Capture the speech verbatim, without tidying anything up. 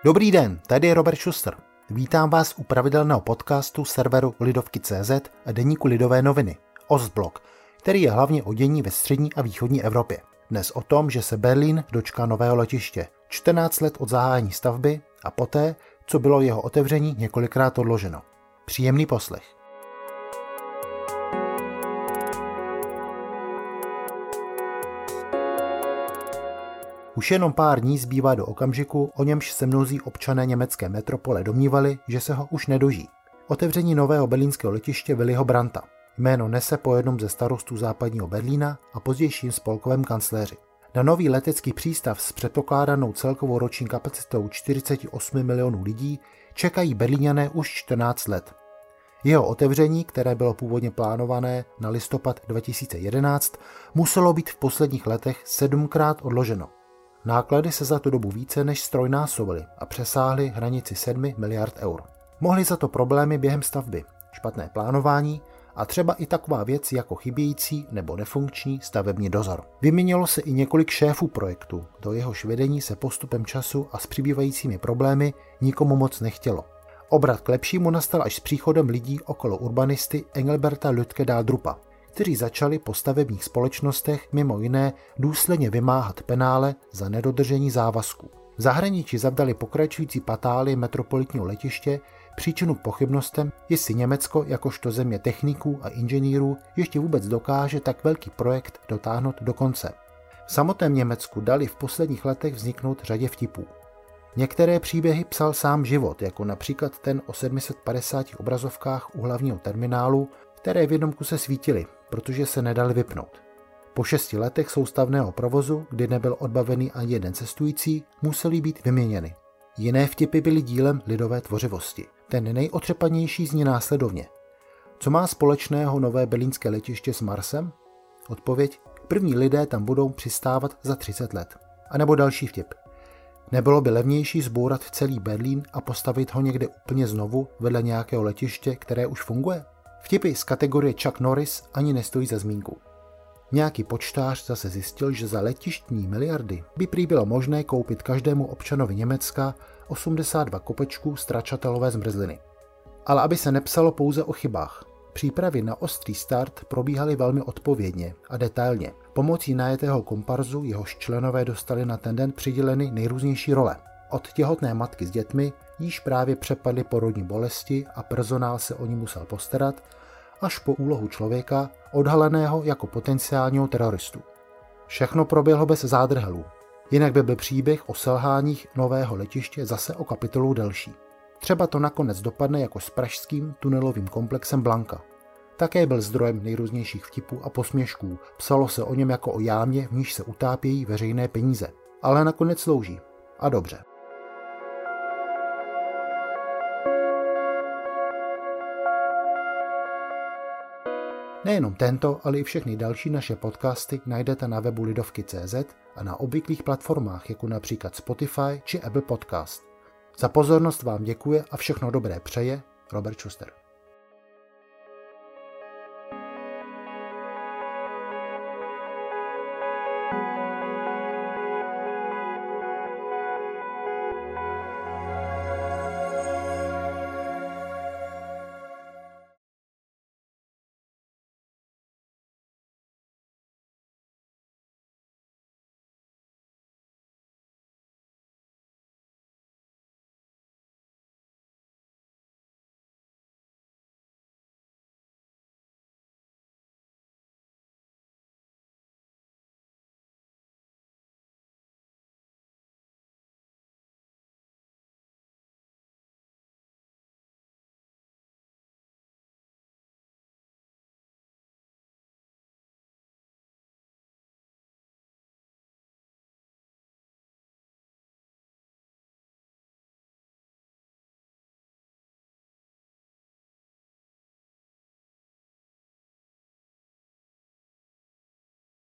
Dobrý den, tady je Robert Schuster. Vítám vás u pravidelného podcastu serveru Lidovky tečka cé zet a deníku Lidové noviny, Ostblok, který je hlavně o dění ve střední a východní Evropě. Dnes o tom, že se Berlín dočká nového letiště, čtrnáct let od zahájení stavby a poté, co bylo jeho otevření několikrát odloženo. Příjemný poslech. Už jenom pár dní zbývá do okamžiku, o němž se mnozí občané německé metropole domnívali, že se ho už nedoží. Otevření nového berlínského letiště Willyho Brandta. Jméno nese po jednom ze starostů západního Berlína a pozdějším spolkovém kancléři. Na nový letecký přístav s předpokládanou celkovou roční kapacitou čtyřicet osm milionů lidí čekají Berlíňané už čtrnáct let. Jeho otevření, které bylo původně plánované na listopad dva tisíce jedenáct, muselo být v posledních letech sedmkrát odloženo. Náklady se za tu dobu více než ztrojnásobily a přesáhly hranici sedmi miliard eur. Mohly za to problémy během stavby, špatné plánování a třeba i taková věc jako chybějící nebo nefunkční stavební dozor. Vyměnilo se i několik šéfů projektu, do jehož vedení se postupem času a s přibývajícími problémy nikomu moc nechtělo. Obrat k lepšímu nastal až s příchodem lidí okolo urbanisty Engelberta Lütke-Dahldrupa, kteří začali po stavebních společnostech mimo jiné důsledně vymáhat penále za nedodržení závazků. V zahraničí zavdali pokračující patálii metropolitního letiště příčinu k pochybnostem, jestli Německo jakožto země techniků a inženýrů ještě vůbec dokáže tak velký projekt dotáhnout do konce. V samotném Německu dali v posledních letech vzniknout řadě vtipů. Některé příběhy psal sám život, jako například ten o sedmi set padesáti obrazovkách u hlavního terminálu, které v jednom kuse svítily, protože se nedali vypnout. Po šesti letech soustavného provozu, kdy nebyl odbavený ani jeden cestující, musely být vyměněny. Jiné vtipy byly dílem lidové tvořivosti. Ten nejotřepanější zní následovně. Co má společného nové berlínské letiště s Marsem? Odpověď: první lidé tam budou přistávat za třicet let. A nebo další vtip. Nebylo by levnější zbourat celý Berlín a postavit ho někde úplně znovu vedle nějakého letiště, které už funguje? Vtipy z kategorie Chuck Norris ani nestojí za zmínku. Nějaký počtář zase zjistil, že za letištní miliardy by prý bylo možné koupit každému občanovi Německa osmdesát dva kopečků ztračatelové zmrzliny. Ale aby se nepsalo pouze o chybách. Přípravy na ostrý start probíhaly velmi odpovědně a detailně. Pomocí najetého komparzu jehož členové dostali na ten den přiděleny nejrůznější role. Od těhotné matky s dětmi, jíž právě přepadly porodní bolesti a personál se o ní musel postarat, až po úlohu člověka, odhaleného jako potenciálního teroristu. Všechno proběhlo bez zádrhelů, jinak by byl příběh o selháních nového letiště zase o kapitolu delší. Třeba to nakonec dopadne jako s pražským tunelovým komplexem Blanka. Také byl zdrojem nejrůznějších vtipů a posměšků, psalo se o něm jako o jámě, v níž se utápějí veřejné peníze. Ale nakonec slouží. A dobře. Nejenom tento, ale i všechny další naše podcasty najdete na webu Lidovky tečka cé zet a na obvyklých platformách, jako například Spotify či Apple Podcast. Za pozornost vám děkuje a všechno dobré přeje Robert Schuster.